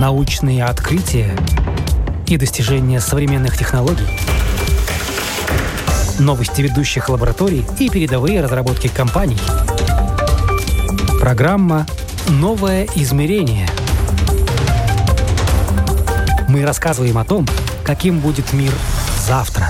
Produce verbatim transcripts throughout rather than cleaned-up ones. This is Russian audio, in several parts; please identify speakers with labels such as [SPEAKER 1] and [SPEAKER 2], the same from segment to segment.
[SPEAKER 1] научные открытия и достижения современных технологий, новости ведущих лабораторий и передовые разработки компаний. Программа «Новое измерение». Мы рассказываем о том, каким будет мир завтра.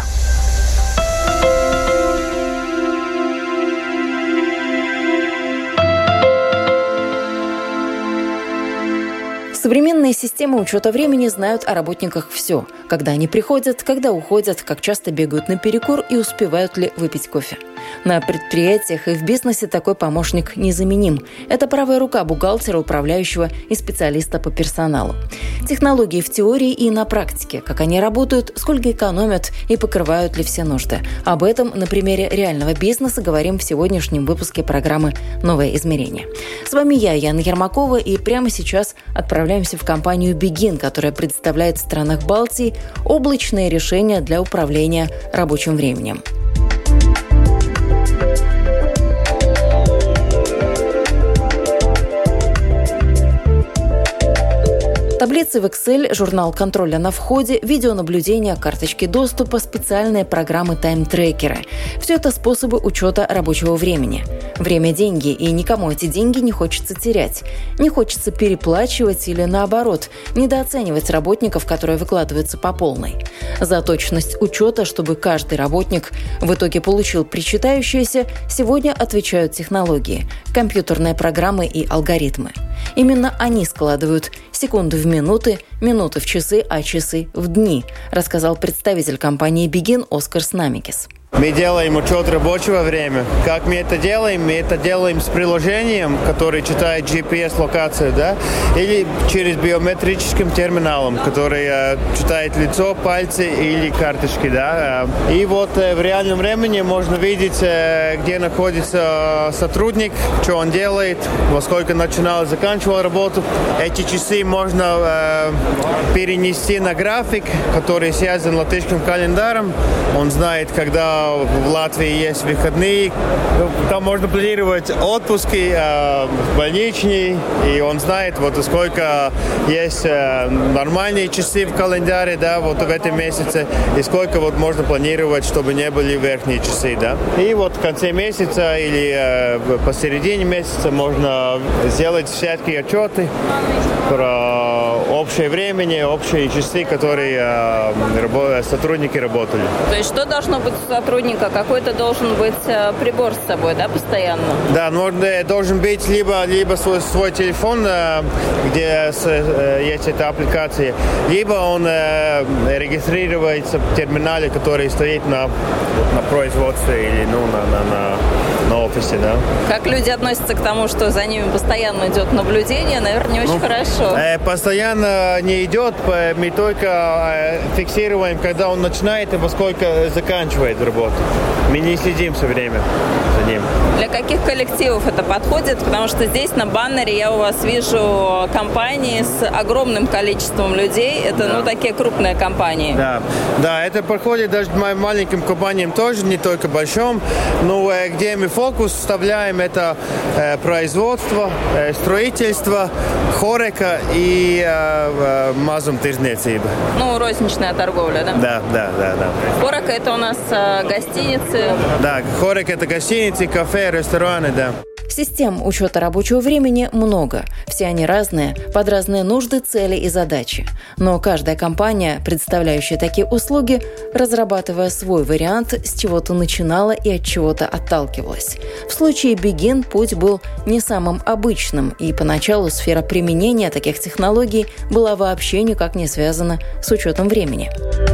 [SPEAKER 2] Современные системы учета времени знают о работниках все. Когда они приходят, когда уходят, как часто бегают на перекур и успевают ли выпить кофе. На предприятиях и в бизнесе такой помощник незаменим. Это правая рука бухгалтера, управляющего и специалиста по персоналу. Технологии в теории и на практике. Как они работают, сколько экономят и покрывают ли все нужды. Об этом на примере реального бизнеса говорим в сегодняшнем выпуске программы «Новое измерение». С вами я, Яна Ермакова, и прямо сейчас отправляемся в компанию Begin, которая представляет в странах Балтии облачные решения для управления рабочим временем. Таблицы в Excel, журнал контроля на входе, видеонаблюдение, карточки доступа, специальные программы тайм-трекеры. Все это способы учета рабочего времени. Время – деньги, и никому эти деньги не хочется терять. Не хочется переплачивать или, наоборот, недооценивать работников, которые выкладываются по полной. За точность учета, чтобы каждый работник в итоге получил причитающееся, сегодня отвечают технологии – компьютерные программы и алгоритмы. Именно они складывают секунды в минуты, минуты в часы, а часы в дни, рассказал представитель компании Begin Оскар Снамикис.
[SPEAKER 3] Мы делаем учет рабочего времени. Как мы это делаем? Мы это делаем с приложением, которое читает джи пи эс-локацию, да? Или через биометрическим терминалом, который э, читает лицо, пальцы или карточки, да? И вот э, в реальном времени можно видеть, э, где находится сотрудник, что он делает, во сколько начинал и заканчивал работу. Эти часы можно э, перенести на график, который связан с латышским календарем. Он знает, когда в Латвии есть выходные. Там можно планировать отпуски, э, больничные, и он знает, вот сколько есть э, нормальные часы в календаре, да, вот в этом месяце, и сколько вот можно планировать, чтобы не были верхние часы, да. И вот в конце месяца или э, посередине месяца можно сделать всякие отчеты про общее время, общие часы, которые э, рабо- сотрудники работали.
[SPEAKER 4] То есть что должно быть у сотрудника? Какой-то должен быть э, прибор с собой, да, постоянно? Да,
[SPEAKER 3] ну, должен быть либо, либо свой, свой телефон, э, где с, э, есть эта аппликация, либо он э, регистрируется в терминале, который стоит на, на производстве или ну, на, на, на, на офисе, да.
[SPEAKER 4] Как люди относятся к тому, что за ними постоянно идет наблюдение, наверное, не очень ну, хорошо.
[SPEAKER 3] Э, постоянно не идет, мы только э, фиксируем, когда он начинает и во сколько заканчивает работу. Мы не следим все время за ним.
[SPEAKER 4] Для каких коллективов это подходит? Потому что здесь на баннере я у вас вижу компании с огромным количеством людей. Это, да. ну, такие крупные компании.
[SPEAKER 3] Да, да, это подходит даже маленьким компаниям тоже, не только большим. Но э, где мы фокус вставляем, это э, производство, э, строительство, хорека и э, э, мазумтирзниecība.
[SPEAKER 4] Ну, розничная торговля, да?
[SPEAKER 3] Да, да, да, да.
[SPEAKER 4] Хорека — это у нас э, гостиницы.
[SPEAKER 3] Да, хорек — это гостиницы, кафе, рестораны, да.
[SPEAKER 2] Систем учета рабочего времени много. Все они разные, под разные нужды, цели и задачи. Но каждая компания, представляющая такие услуги, разрабатывая свой вариант, с чего-то начинала и от чего-то отталкивалась. В случае Begin путь был не самым обычным, и поначалу сфера применения таких технологий была вообще никак не связана с учетом времени.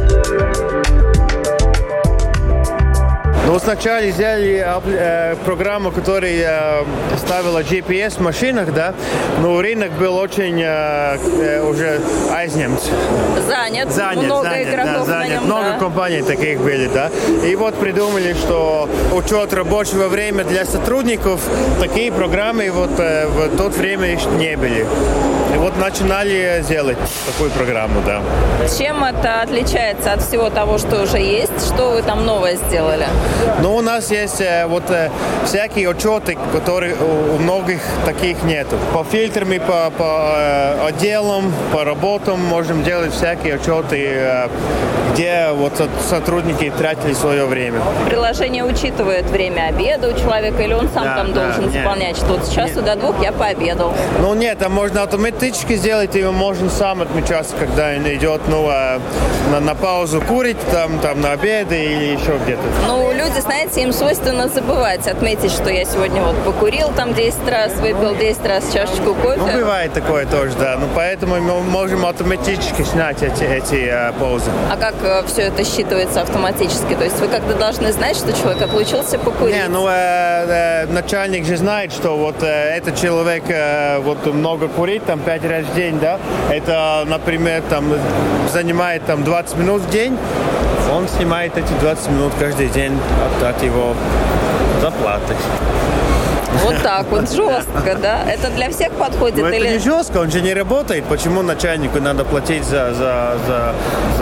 [SPEAKER 3] Ну, сначала взяли э, программу, которая э, ставила джи пи эс в машинах, да, но рынок был очень э, э, уже айзнемт.
[SPEAKER 4] Занят.
[SPEAKER 3] Занят,
[SPEAKER 4] много
[SPEAKER 3] занят,
[SPEAKER 4] игроков
[SPEAKER 3] да, занят.
[SPEAKER 4] на нем,
[SPEAKER 3] Много
[SPEAKER 4] да.
[SPEAKER 3] компаний таких были, да. И вот придумали, что учет рабочего времени для сотрудников, такие программы вот э, в то время еще не были. И вот начинали делать такую программу, да.
[SPEAKER 4] Чем это отличается от всего того, что уже есть? Что вы там новое сделали?
[SPEAKER 3] Но у нас есть вот всякие учеты, которые у многих таких нету. По фильтрам, по, по отделам, по работам можем делать всякие учеты, где вот сотрудники тратили свое время.
[SPEAKER 4] Приложение учитывает время обеда у человека, или он сам да, там да, должен нет. заполнять, что вот с часу нет. до двух я пообедал?
[SPEAKER 3] Ну нет, там можно автоматически сделать, и он может сам отмечаться, когда он идет ну, на, на паузу курить, там, там на обед или еще где-то.
[SPEAKER 4] Ну, люди, знаете, им свойственно забывать, отметить, что я сегодня вот покурил там десять раз, выпил десять раз чашечку кофе.
[SPEAKER 3] Ну, бывает такое тоже, да. Ну, поэтому мы можем автоматически снять эти, эти а, паузы.
[SPEAKER 4] А как а, все это считывается автоматически? То есть вы как-то должны знать, что человек отлучился покурить?
[SPEAKER 3] Не, ну, э, э, начальник же знает, что вот э, этот человек э, вот много курит, там, пять раз в день, да. Это, например, там, занимает там двадцать минут в день. Он снимает эти двадцать минут каждый день от, от его зарплаты.
[SPEAKER 4] Вот так вот, жестко, да? Это для всех подходит?
[SPEAKER 3] Ну,
[SPEAKER 4] или...
[SPEAKER 3] это не жестко, он же не работает. Почему начальнику надо платить за, за, за,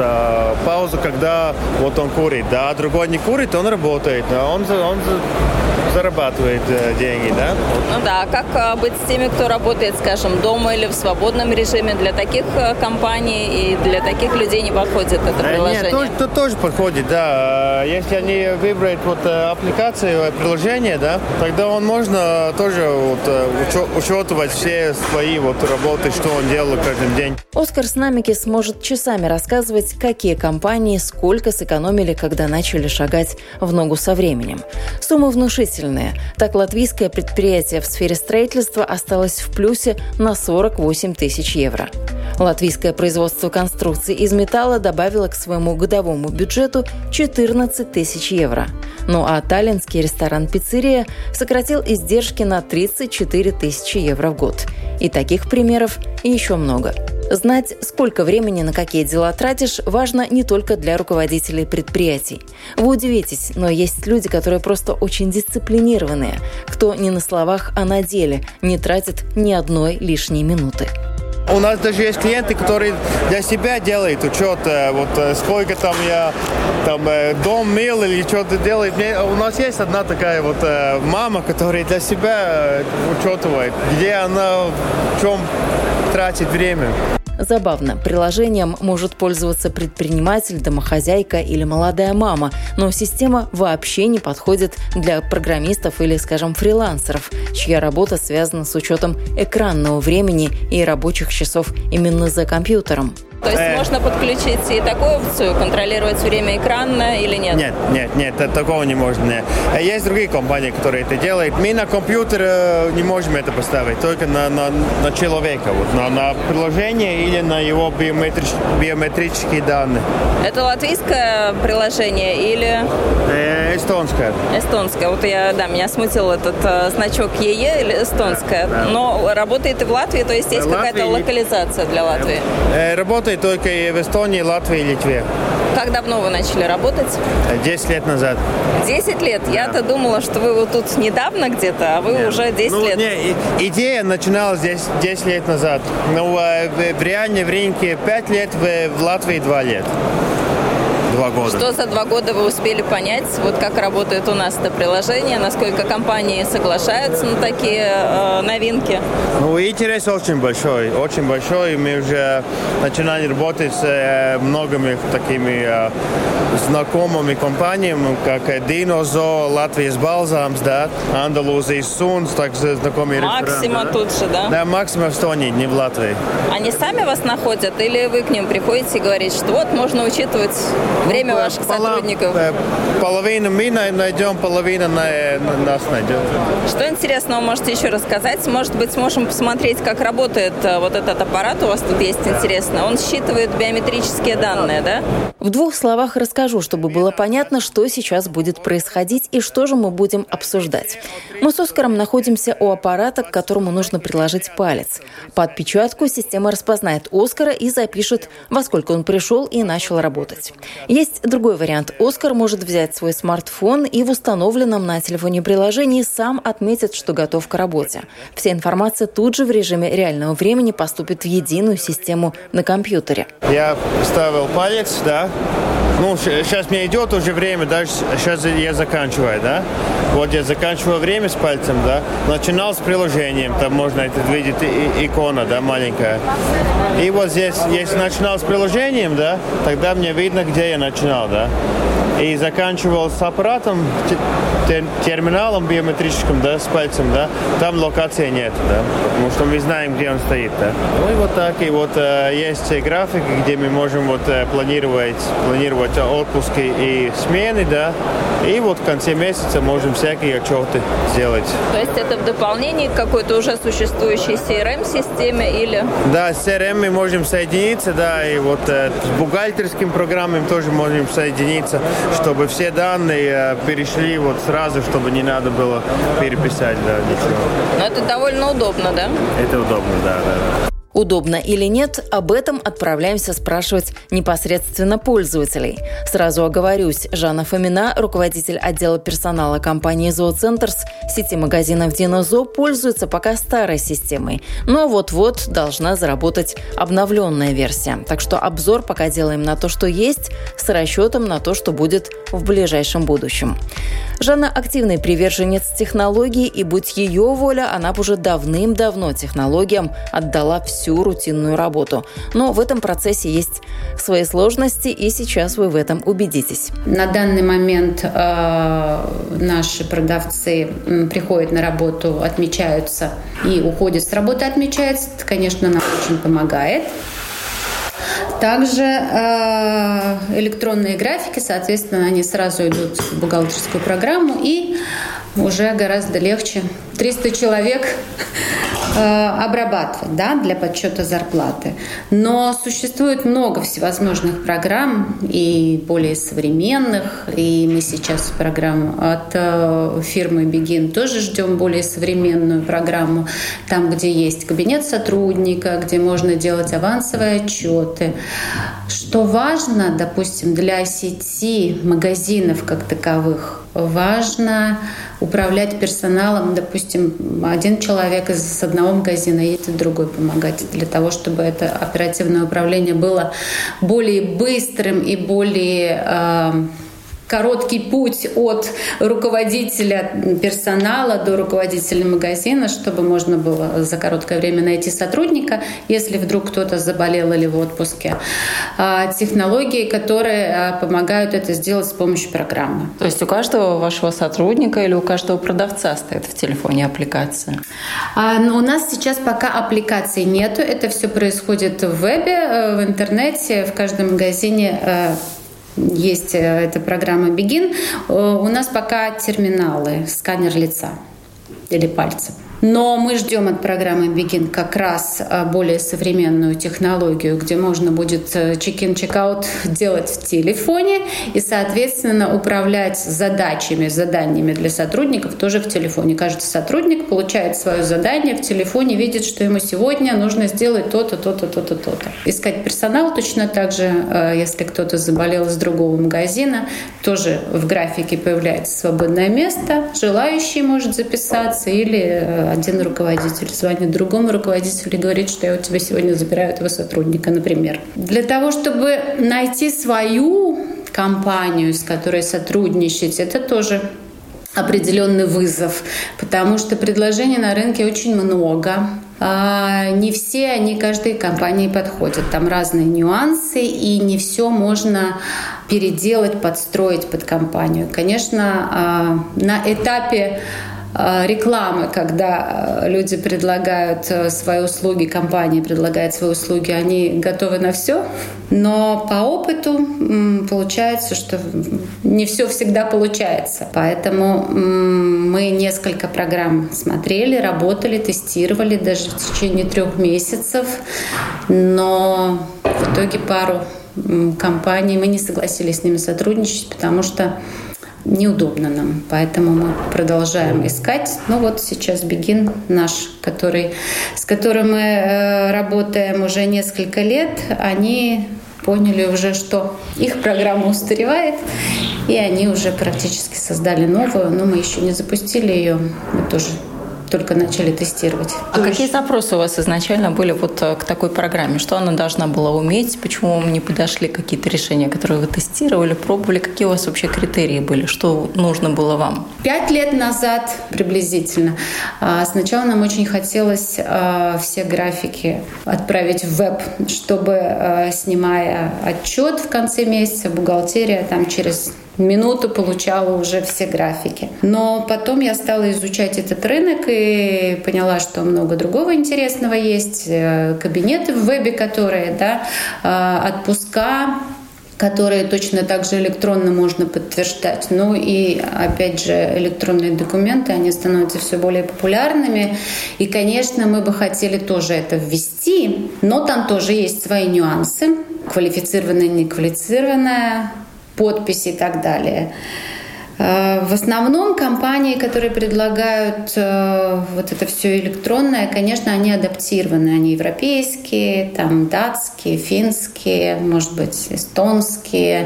[SPEAKER 3] за паузу, когда вот он курит, да? А другой не курит, он работает, да? Он, он зарабатывает э, деньги, да?
[SPEAKER 4] Ну да, как а, быть с теми, кто работает, скажем, дома или в свободном режиме? Для таких а, компаний и для таких людей не подходит это приложение?
[SPEAKER 3] Нет, тоже, то, тоже подходит, да. Если они выберут вот аппликацию, приложение, да, тогда он можно тоже вот, учетывать все свои вот работы, что он делал каждый день.
[SPEAKER 2] Оскар Снамекис сможет часами рассказывать, какие компании сколько сэкономили, когда начали шагать в ногу со временем. Суммы внушительные. Так, латвийское предприятие в сфере строительства осталось в плюсе на сорок восемь тысяч евро. Латвийское производство конструкций из металла добавило к своему годовому бюджету четырнадцать тысяч евро. Ну а таллинский ресторан-пиццерия сократил издержки на тридцать четыре тысячи евро в год. И таких примеров еще много. Знать, сколько времени на какие дела тратишь, важно не только для руководителей предприятий. Вы удивитесь, но есть люди, которые просто очень дисциплинированные, кто не на словах, а на деле не тратит ни одной лишней минуты.
[SPEAKER 3] У нас даже есть клиенты, которые для себя делают учет, вот сколько там я там дом мыл или что-то делает. У нас есть одна такая вот мама, которая для себя учетывает, где она в чем тратит время.
[SPEAKER 2] Забавно, приложением может пользоваться предприниматель, домохозяйка или молодая мама, но система вообще не подходит для программистов или, скажем, фрилансеров, чья работа связана с учетом экранного времени и рабочих часов именно за компьютером.
[SPEAKER 4] То есть э... можно подключить и такую опцию, контролировать время экрана или нет?
[SPEAKER 3] Нет, нет, нет, такого не можно. Нет. Есть другие компании, которые это делают. Мы на компьютер не можем это поставить, только на, на, на человека, вот, на, на приложение или на его биометрич, биометрические данные.
[SPEAKER 4] Это латвийское приложение или?
[SPEAKER 3] Э, эстонское.
[SPEAKER 4] Эстонское. Вот я, да, меня смутил этот э, значок ЕЕ или эстонское. Да, да. Но работает и в Латвии, то есть есть Латвии... какая-то локализация для Латвии?
[SPEAKER 3] Э, работает только и в Эстонии, Латвии и Литве.
[SPEAKER 4] Как давно вы начали работать?
[SPEAKER 3] Десять лет назад. Десять
[SPEAKER 4] лет? Да. Я-то думала, что вы вот тут недавно где-то, а вы Нет. уже десять
[SPEAKER 3] ну,
[SPEAKER 4] лет.
[SPEAKER 3] Не, идея начиналась здесь десять лет назад. Но в, в реальной рынке пять лет, в, в Латвии два лет. Два года.
[SPEAKER 4] Что за два года вы успели понять, вот как работает у нас это приложение, насколько компании соглашаются на такие э, новинки?
[SPEAKER 3] Ну, интерес очень большой, очень большой. Мы уже начинали работать с э, многими такими э, знакомыми компаниями, как Dinozoo, Latvijas Balzāms, да, Andalūzijas Suns, так знакомые рестораны.
[SPEAKER 4] Максима
[SPEAKER 3] да?
[SPEAKER 4] тут же, да?
[SPEAKER 3] Да, Максима в Эстонии, не в Латвии.
[SPEAKER 4] Они сами вас находят или вы к ним приходите и говорите, что вот можно учитывать время ваших сотрудников?
[SPEAKER 3] Половину мы найдем, половину нас найдет.
[SPEAKER 4] Что интересного можете еще рассказать? Может быть, сможем посмотреть, как работает вот этот аппарат. У вас тут есть интересно. Он считывает биометрические данные, да?
[SPEAKER 2] В двух словах расскажу, чтобы было понятно, что сейчас будет происходить и что же мы будем обсуждать. Мы с Оскаром находимся у аппарата, к которому нужно приложить палец. По отпечатку система распознает Оскара и запишет, во сколько он пришел и начал работать. Есть другой вариант. Оскар может взять свой смартфон и в установленном на телефоне приложении сам отметит, что готов к работе. Вся информация тут же в режиме реального времени поступит в единую систему на компьютере.
[SPEAKER 3] Я ставил палец, да, Ну, сейчас мне идет уже время, да, сейчас я заканчиваю, да. Вот я заканчиваю время с пальцем, да. Начинал с приложением, там можно это видеть, и, икона, да, маленькая. И вот здесь, если начинал с приложением, да, тогда мне видно, где я начинал, да. И заканчивал с аппаратом, терминалом биометрическим, да, с пальцем, да, там локации нет, да, потому что мы знаем, где он стоит, да. Ну и вот так, и вот э, есть график, где мы можем вот э, планировать, планировать отпуски и смены, да, и вот в конце месяца можем всякие отчеты сделать.
[SPEAKER 4] То есть это в дополнение к какой-то уже существующей си эр эм-системе или?
[SPEAKER 3] Да, с си эр эм мы можем соединиться, да, и вот э, с бухгалтерским программами тоже можем соединиться, чтобы все данные э, перешли вот сразу, чтобы не надо было переписать, да, ничего.
[SPEAKER 4] Но это довольно удобно, да?
[SPEAKER 3] Это удобно, да, да, да.
[SPEAKER 2] Удобно или нет, об этом отправляемся спрашивать непосредственно пользователей. Сразу оговорюсь, Жанна Фомина, руководитель отдела персонала компании «Зооцентрс», сети магазинов «Динозо», пользуется пока старой системой. Но вот-вот должна заработать обновленная версия. Так что обзор пока делаем на то, что есть, с расчетом на то, что будет в ближайшем будущем. Жанна активный приверженец технологий, и будь ее воля, она бы уже давным-давно технологиям отдала всю рутинную работу. Но в этом процессе есть свои сложности, и сейчас вы в этом убедитесь.
[SPEAKER 5] На данный момент э, наши продавцы приходят на работу, отмечаются и уходят с работы, отмечаются. Это, конечно, нам очень помогает. Также э, электронные графики, соответственно, они сразу идут в бухгалтерскую программу, и уже гораздо легче триста человек э, обрабатывать, да, для подсчета зарплаты. Но существует много всевозможных программ, и более современных, и мы сейчас программу от э, фирмы Begin тоже ждем более современную программу, там, где есть кабинет сотрудника, где можно делать авансовые отчеты. Что важно, допустим, для сети магазинов как таковых, важно управлять персоналом. Допустим, один человек из одного магазина едет другой помогать, для того, чтобы это оперативное управление было более быстрым и более э, короткий путь от руководителя персонала до руководителя магазина, чтобы можно было за короткое время найти сотрудника, если вдруг кто-то заболел или в отпуске. Технологии, которые помогают это сделать с помощью программы.
[SPEAKER 4] То есть у каждого вашего сотрудника или у каждого продавца стоит в телефоне аппликация?
[SPEAKER 5] У нас сейчас пока аппликации нету. Это все происходит в вебе, в интернете, в каждом магазине. Есть эта программа Begin. У нас пока терминалы, сканер лица или пальца. Но мы ждем от программы Begin как раз более современную технологию, где можно будет чек-ин, чек-аут делать в телефоне и, соответственно, управлять задачами, заданиями для сотрудников тоже в телефоне. Каждый сотрудник получает свое задание в телефоне, видит, что ему сегодня нужно сделать то-то, то-то, то-то, то-то. Искать персонал точно так же, если кто-то заболел из другого магазина, тоже в графике появляется свободное место, желающий может записаться, или один руководитель звонит другому руководителю и говорит, что я у тебя сегодня забираю этого сотрудника, например. Для того, чтобы найти свою компанию, с которой сотрудничать, это тоже определенный вызов, потому что предложений на рынке очень много. Не все они каждой компании подходят. Там разные нюансы, и не все можно переделать, подстроить под компанию. Конечно, на этапе рекламы, когда люди предлагают свои услуги, компания предлагает свои услуги, они готовы на все, но по опыту получается, что не все всегда получается. Поэтому мы несколько программ смотрели, работали, тестировали даже в течение трех месяцев, но в итоге пару компаний мы не согласились с ними сотрудничать, потому что неудобно нам, поэтому мы продолжаем искать. Ну вот сейчас Begin наш, который, с которым мы э, работаем уже несколько лет, они поняли уже, что их программа устаревает, и они уже практически создали новую, но мы еще не запустили ее, мы тоже только начали тестировать.
[SPEAKER 4] А То какие есть... запросы у вас изначально были вот к такой программе? Что она должна была уметь? Почему вам не подошли какие-то решения, которые вы тестировали, пробовали? Какие у вас вообще критерии были? Что нужно было вам?
[SPEAKER 5] Пять лет назад приблизительно. Сначала нам очень хотелось все графики отправить в веб, чтобы, снимая отчет в конце месяца, бухгалтерия там через минуту получала уже все графики. Но потом я стала изучать этот рынок и поняла, что много другого интересного есть. Кабинеты в вебе, которые, да, отпуска, которые точно так же электронно можно подтверждать. Ну и, опять же, электронные документы, они становятся все более популярными. И, конечно, мы бы хотели тоже это ввести, но там тоже есть свои нюансы. Квалифицированная, неквалифицированная, подписи и так далее. В основном компании, которые предлагают вот это все электронное, конечно, они адаптированы. Они европейские, там датские, финские, может быть, эстонские.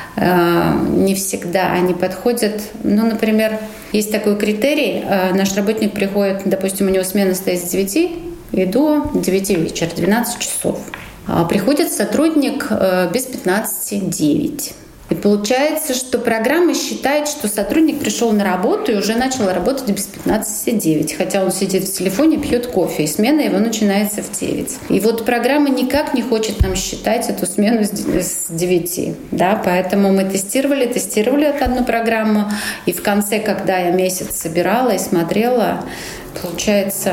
[SPEAKER 5] Не всегда они подходят. Ну, например, есть такой критерий. Наш работник приходит, допустим, у него смена стоит с девяти и до девяти вечера, двенадцать часов. Приходит сотрудник без пятнадцати девять. И получается, что программа считает, что сотрудник пришел на работу и уже начал работать без пятнадцати девять, хотя он сидит в телефоне, пьет кофе, и смена его начинается в девять. И вот программа никак не хочет нам считать эту смену с девяти. Да? Поэтому мы тестировали, тестировали эту одну программу, и в конце, когда я месяц собирала и смотрела, получается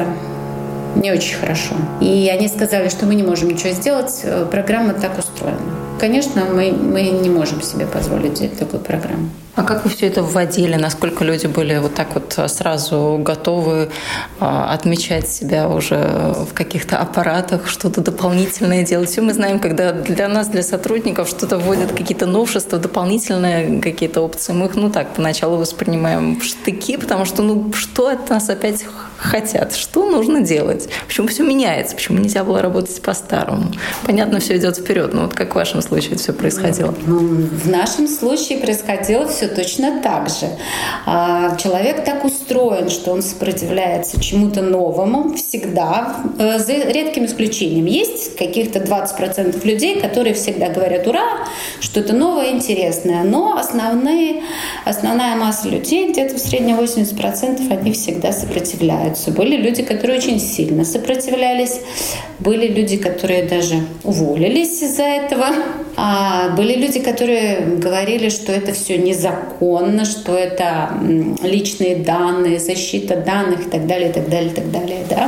[SPEAKER 5] не очень хорошо. И они сказали, что мы не можем ничего сделать, программа так устроена. Конечно, мы, мы не можем себе позволить взять такую программу.
[SPEAKER 4] А как вы все это вводили? Насколько люди были вот так вот сразу готовы отмечать себя уже в каких-то аппаратах, что-то дополнительное делать? Все мы знаем, когда для нас, для сотрудников, что-то вводят, какие-то новшества, дополнительные какие-то опции. Мы их, ну так, поначалу воспринимаем в штыки, потому что, ну, что от нас опять хотят? Что нужно делать? Почему все меняется? Почему нельзя было работать по-старому? Понятно, все идет вперед, но вот как в вашем случае это все происходило?
[SPEAKER 5] Ну, в нашем случае происходило все точно так же. Человек так устроен, что он сопротивляется чему-то новому всегда, за редким исключением. Есть каких-то двадцать процентов людей, которые всегда говорят «ура», что-то новое, интересное, но основные, основная масса людей, где-то в среднем восемьдесят процентов, они всегда сопротивляются. Были люди, которые очень сильно сопротивлялись, были люди, которые даже уволились из-за этого, а были люди, которые говорили, что это все незаконно, что это личные данные, защита данных и так далее, и так далее, и так далее. Да?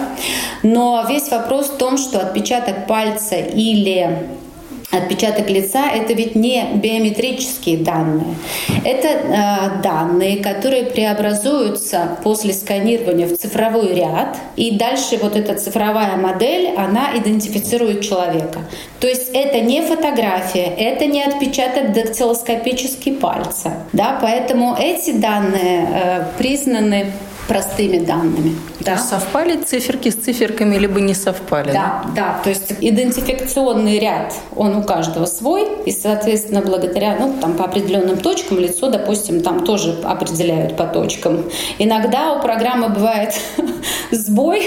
[SPEAKER 5] Но весь вопрос в том, что отпечаток пальца или отпечаток лица — это ведь не биометрические данные. Это э, данные, которые преобразуются после сканирования в цифровой ряд, и дальше вот эта цифровая модель, она идентифицирует человека. То есть это не фотография, это не отпечаток дактилоскопический пальца. Да? Поэтому эти данные э, признаны простыми данными.
[SPEAKER 4] Да? То есть совпали циферки с циферками, либо не совпали?
[SPEAKER 5] Да, да, да. То есть идентификационный ряд, он у каждого свой, и, соответственно, благодаря, ну, там, по определенным точкам лицо, допустим, там тоже определяют по точкам. Иногда у программы бывает сбой,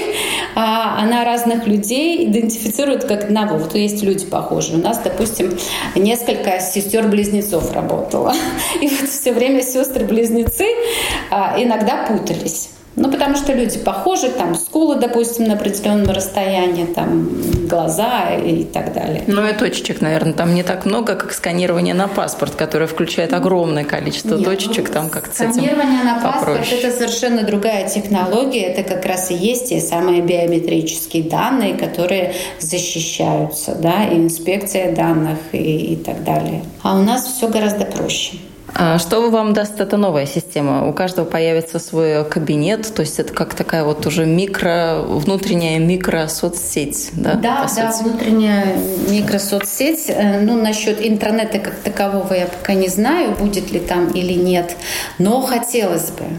[SPEAKER 5] а она разных людей идентифицирует как одного. Вот есть люди похожие. У нас, допустим, несколько сестер-близнецов работало. И вот все время сестры-близнецы иногда путались. Ну, потому что люди похожи, там, скулы, допустим, на определенном расстоянии, там, глаза и так далее.
[SPEAKER 4] Ну, и точечек, наверное, там не так много, как сканирование на паспорт, которое включает огромное количество Нет, точечек, ну, там как-то с этим
[SPEAKER 5] сканирование на паспорт
[SPEAKER 4] попроще.
[SPEAKER 5] — это совершенно другая технология, это как раз и есть те самые биометрические данные, которые защищаются, да, и инспекция данных и, и так далее. А у нас все гораздо проще.
[SPEAKER 4] А что вам даст эта новая система? У каждого появится свой кабинет, то есть это как такая вот уже микро, внутренняя микросоцсеть, да?
[SPEAKER 5] Да, да, внутренняя микросоцсеть. Ну, насчет интернета как такового я пока не знаю, будет ли там или нет, но хотелось бы.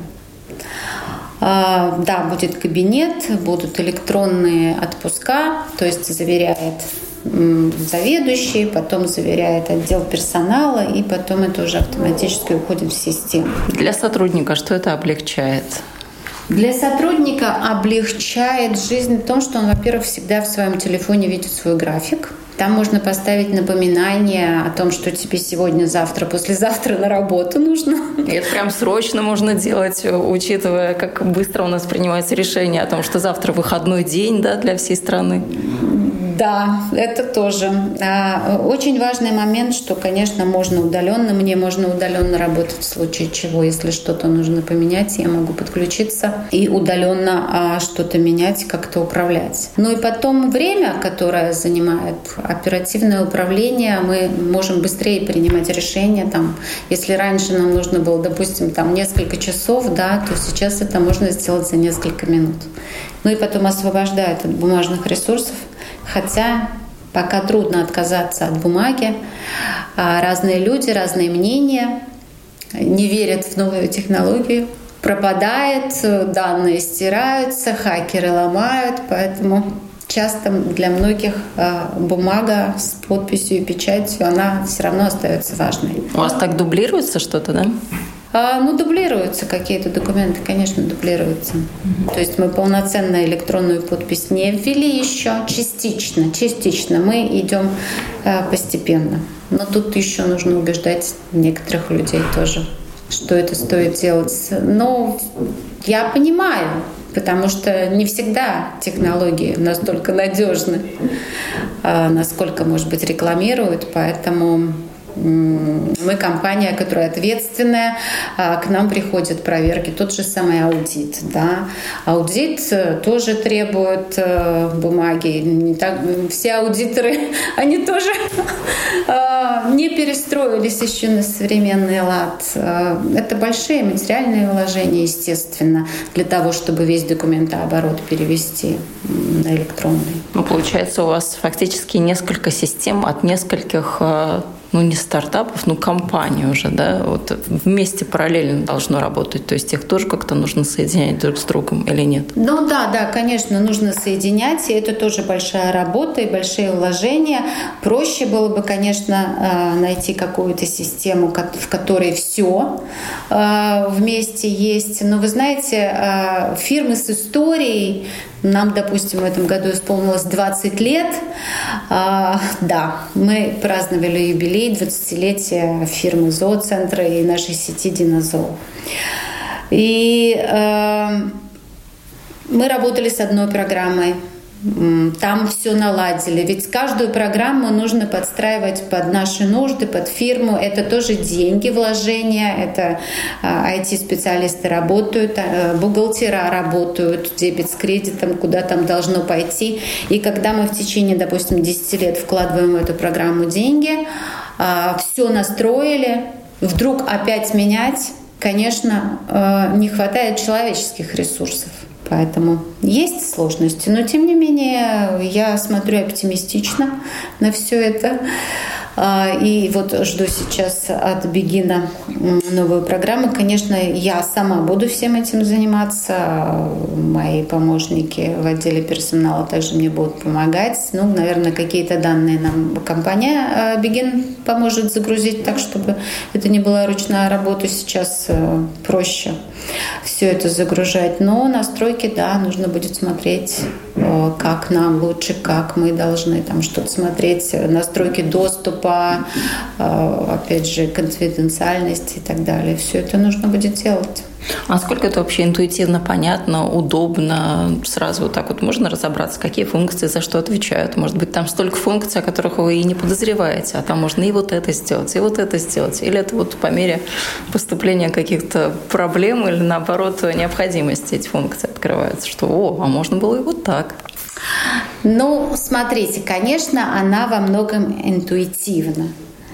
[SPEAKER 5] Да, будет кабинет, будут электронные отпуска, то есть заверяет заведующий, потом заверяет отдел персонала, и потом это уже автоматически уходит в систему.
[SPEAKER 4] Для сотрудника что это облегчает?
[SPEAKER 5] Для сотрудника облегчает жизнь в том, что он, во-первых, всегда в своем телефоне видит свой график. Там можно поставить напоминание о том, что тебе сегодня, завтра, послезавтра на работу нужно.
[SPEAKER 4] И это прям срочно можно делать, учитывая, как быстро у нас принимается решение о том, что завтра выходной день, да, для всей страны.
[SPEAKER 5] Да, это тоже. Очень важный момент, что, конечно, можно удаленно, мне можно удаленно работать в случае чего, если что-то нужно поменять, я могу подключиться и удаленно что-то менять, как-то управлять. Ну и потом время, которое занимает оперативное управление, мы можем быстрее принимать решения. Там, если раньше нам нужно было, допустим, там несколько часов, да, то сейчас это можно сделать за несколько минут. Ну и потом освобождает от бумажных ресурсов. Хотя пока трудно отказаться от бумаги. Разные люди, разные мнения, не верят в новые технологии. Пропадает, данные стираются, хакеры ломают, поэтому часто для многих бумага с подписью и печатью, она все равно остается важной.
[SPEAKER 4] У вас так дублируется что-то, да?
[SPEAKER 5] А, ну, дублируются какие-то документы, конечно, дублируются. Mm-hmm. То есть мы полноценно электронную подпись не ввели еще, частично, частично. Мы идем а, постепенно. Но тут еще нужно убеждать некоторых людей тоже, что это стоит делать. Но я понимаю, потому что не всегда технологии настолько надежны, а, насколько, может быть, рекламируют, поэтому... Мы компания, которая ответственная, к нам приходят проверки, тот же самый аудит. Да? Аудит тоже требует бумаги. Не так, все аудиторы, они тоже не перестроились еще на современный лад. Это большие материальные вложения, естественно, для того, чтобы весь документооборот перевести на электронный.
[SPEAKER 4] Ну, получается, у вас фактически несколько систем от нескольких... ну, не стартапов, но компаний уже, да, вот вместе параллельно должно работать. То есть их тоже как-то нужно соединять друг с другом или нет?
[SPEAKER 5] Ну да, да, конечно, нужно соединять, и это тоже большая работа и большие вложения. Проще было бы, конечно, найти какую-то систему, в которой все вместе есть. Но вы знаете, фирмы с историей, нам, допустим, в этом году исполнилось двадцать лет. Да, мы праздновали юбилей двадцатилетия фирмы зооцентра и нашей сети Динозоо. И э, мы работали с одной программой. Там все наладили. Ведь каждую программу нужно подстраивать под наши нужды, под фирму. Это тоже деньги, вложения. Это ай ти-специалисты работают, бухгалтера работают, дебет с кредитом, куда там должно пойти. И когда мы в течение, допустим, десять лет вкладываем в эту программу деньги, все настроили, вдруг опять менять, конечно, не хватает человеческих ресурсов. Поэтому есть сложности, но тем не менее я смотрю оптимистично на все это. И вот жду сейчас от Бегина новую программу. Конечно, я сама буду всем этим заниматься. Мои помощники в отделе персонала также мне будут помогать. Ну, наверное, какие-то данные нам компания Бегин поможет загрузить так, чтобы это не была ручная работа. Сейчас проще все это загружать. Но настройки, да, нужно будет смотреть, как нам лучше, как мы должны там что-то смотреть. Настройки доступа, опять же, конфиденциальности и так далее. Все это нужно будет делать.
[SPEAKER 4] А сколько это вообще интуитивно понятно, удобно? Сразу вот так вот можно разобраться, какие функции за что отвечают? Может быть, там столько функций, о которых вы и не подозреваете, а там можно и вот это сделать, и вот это сделать. Или это вот по мере поступления каких-то проблем или, наоборот, необходимости эти функции открываются, что «О, а можно было и вот так».
[SPEAKER 5] Ну, смотрите, конечно, она во многом интуитивна.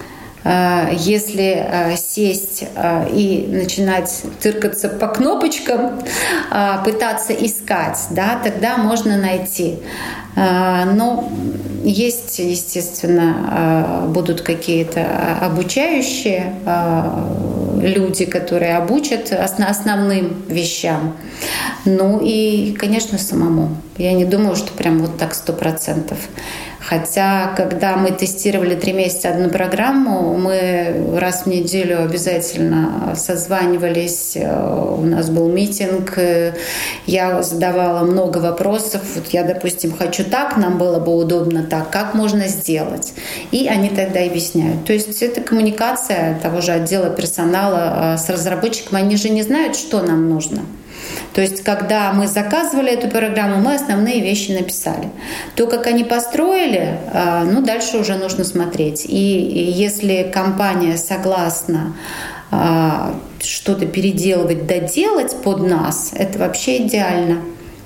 [SPEAKER 5] Если сесть и начинать тыркаться по кнопочкам, пытаться искать, да, тогда можно найти. Но есть, естественно, будут какие-то обучающие люди, которые обучат основным вещам. Ну и, конечно, самому. Я не думаю, что прям вот так сто процентов. Хотя, когда мы тестировали три месяца одну программу, мы раз в неделю обязательно созванивались, у нас был митинг, я задавала много вопросов. Вот я, допустим, хочу так, нам было бы удобно так, как можно сделать? И они тогда объясняют. То есть это коммуникация того же отдела персонала с разработчиком. Они же не знают, что нам нужно. То есть, когда мы заказывали эту программу, мы основные вещи написали. То, как они построили, ну, дальше уже нужно смотреть. И если компания согласна что-то переделывать, доделать под нас, это вообще идеально.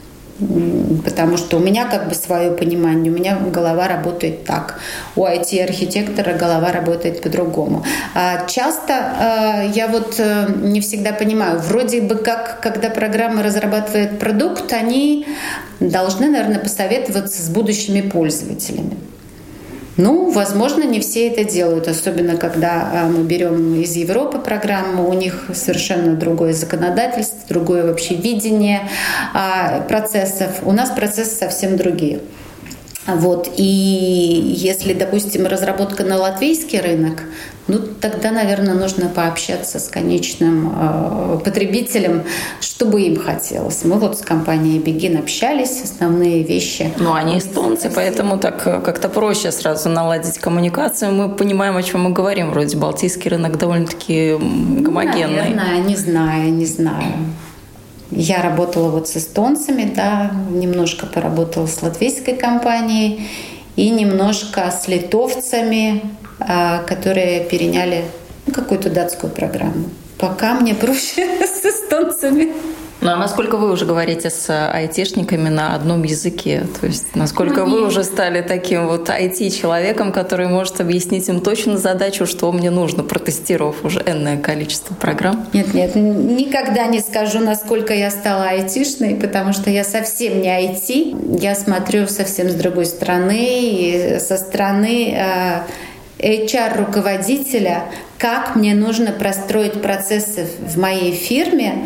[SPEAKER 5] Потому что у меня как бы свое понимание, у меня голова работает так, у ай ти-архитектора голова работает по-другому. А часто я вот не всегда понимаю, вроде бы как, когда программа разрабатывает продукт, они должны, наверное, посоветоваться с будущими пользователями. Ну, возможно, не все это делают, особенно когда мы берем из Европы программу, у них совершенно другое законодательство, другое вообще видение процессов. У нас процессы совсем другие. Вот. И если, допустим, разработка на латвийский рынок, ну, тогда, наверное, нужно пообщаться с конечным э, потребителем, что бы им хотелось. Мы вот с компанией Begin общались, основные вещи.
[SPEAKER 4] Ну, они эстонцы, поэтому так как-то проще сразу наладить коммуникацию. Мы понимаем, о чем мы говорим. Вроде балтийский рынок довольно-таки гомогенный.
[SPEAKER 5] Наверное, не знаю, не знаю. Я работала вот с эстонцами, да, немножко поработала с латвийской компанией и немножко с литовцами, которые переняли какую-то датскую программу. Пока мне проще с эстонцами.
[SPEAKER 4] Ну а насколько вы уже говорите с айтишниками на одном языке? То есть насколько ну, вы уже стали таким вот ай ти-человеком, который может объяснить им точно задачу, что мне нужно, протестировав уже энное количество программ?
[SPEAKER 5] Нет, нет, никогда не скажу, насколько я стала айтишной, потому что я совсем не ай ти. Я смотрю совсем с другой стороны, и со стороны эйч ар-руководителя, как мне нужно простроить процессы в моей фирме,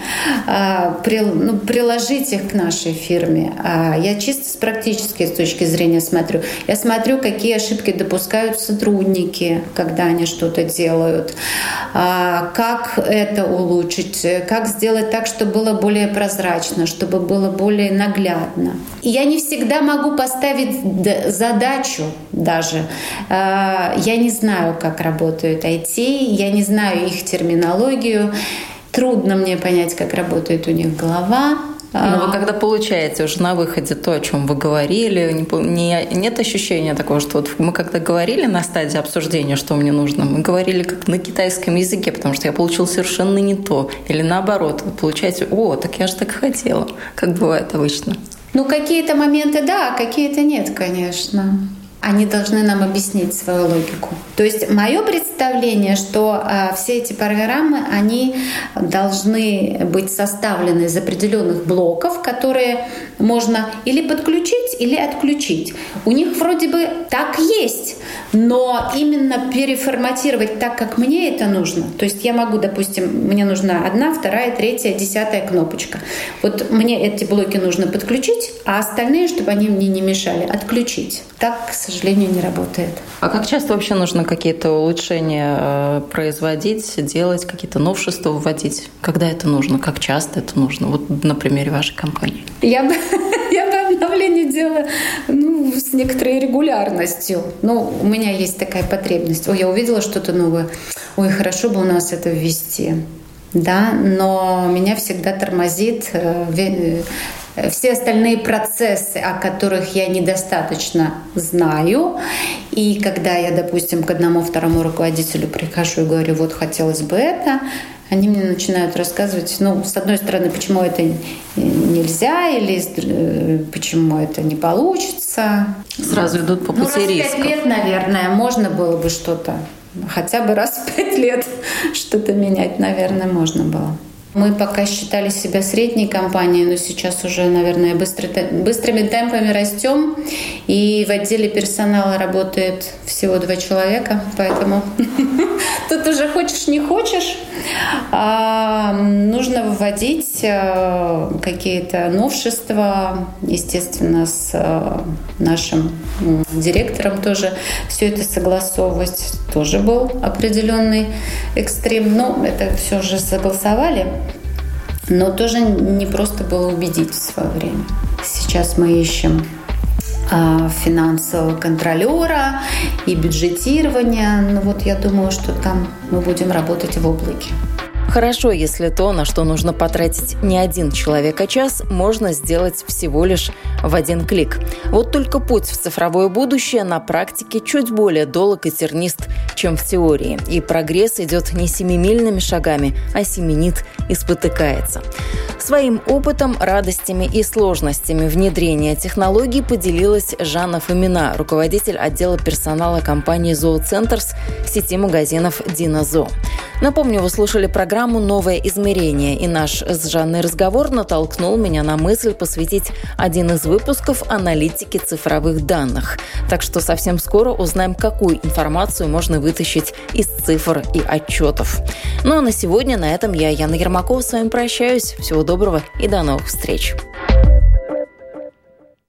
[SPEAKER 5] ну, приложить их к нашей фирме. Я чисто с практической с точки зрения смотрю. Я смотрю, какие ошибки допускают сотрудники, когда они что-то делают, как это улучшить, как сделать так, чтобы было более прозрачно, чтобы было более наглядно. И я не всегда могу поставить задачу даже. Я не знаю, как работают ай ти, я не знаю их терминологию. Трудно мне понять, как работает у них голова.
[SPEAKER 4] Но вы когда получаете уже на выходе то, о чем вы говорили, не, не, нет ощущения такого, что вот мы когда говорили на стадии обсуждения, что мне нужно, мы говорили как на китайском языке, потому что я получила совершенно не то. Или наоборот, вы получаете, о, так я же так хотела, как бывает обычно.
[SPEAKER 5] Ну, какие-то моменты да, какие-то нет, конечно. Они должны нам объяснить свою логику. То есть мое представление, что э, все эти программы, они должны быть составлены из определенных блоков, которые можно или подключить, или отключить. У них вроде бы так есть, но именно переформатировать так, как мне это нужно. То есть я могу, допустим, мне нужна одна, вторая, третья, десятая кнопочка. Вот мне эти блоки нужно подключить, а остальные, чтобы они мне не мешали, отключить. Так, к сожалению, не работает.
[SPEAKER 4] А как часто вообще нужно какие-то улучшения производить, делать, какие-то новшества вводить? Когда это нужно? Как часто это нужно? Вот на примере вашей компании.
[SPEAKER 5] Я бы, я бы обновление делала ну, с некоторой регулярностью. Ну, у меня есть такая потребность. Ой, я увидела что-то новое. Ой, хорошо бы у нас это ввести. Да, но меня всегда тормозит все остальные процессы, о которых я недостаточно знаю. И когда я, допустим, к одному второму руководителю прихожу и говорю, вот хотелось бы это, они мне начинают рассказывать, ну, с одной стороны, почему это нельзя, или почему это не получится.
[SPEAKER 4] Сразу идут по пути
[SPEAKER 5] ну, раз
[SPEAKER 4] риска.
[SPEAKER 5] пять лет, наверное, можно было бы что-то, хотя бы раз в пять лет что-то менять, наверное, можно было. Мы пока считали себя средней компанией, но сейчас уже, наверное, быстро, быстрыми темпами растем. И в отделе персонала работает всего два человека, поэтому тут уже хочешь не хочешь. Нужно вводить какие-то новшества, естественно, с нашим директором тоже все это согласовывать. Тоже был определенный экстрим. Но это все уже согласовали. Но тоже не просто было убедить в свое время. Сейчас мы ищем финансового контролера и бюджетирования. Ну вот я думаю, что там мы будем работать в облаке.
[SPEAKER 2] Хорошо, если то, на что нужно потратить не один человек, а час, можно сделать всего лишь в один клик. Вот только путь в цифровое будущее на практике чуть более долг и тернист, чем в теории. И прогресс идет не семимильными шагами, а семенит и спотыкается. Своим опытом, радостями и сложностями внедрения технологий поделилась Жанна Фомина, руководитель отдела персонала компании «Зооцентрс» сети магазинов «Динозо». Напомню, вы слушали программу «Новое измерение», и наш с Жанной разговор натолкнул меня на мысль посвятить один из выпусков аналитике цифровых данных. Так что совсем скоро узнаем, какую информацию можно вытащить из цифр и отчетов. Ну а на сегодня на этом я, Яна Ермакова, с вами прощаюсь. Всего доброго и до новых встреч.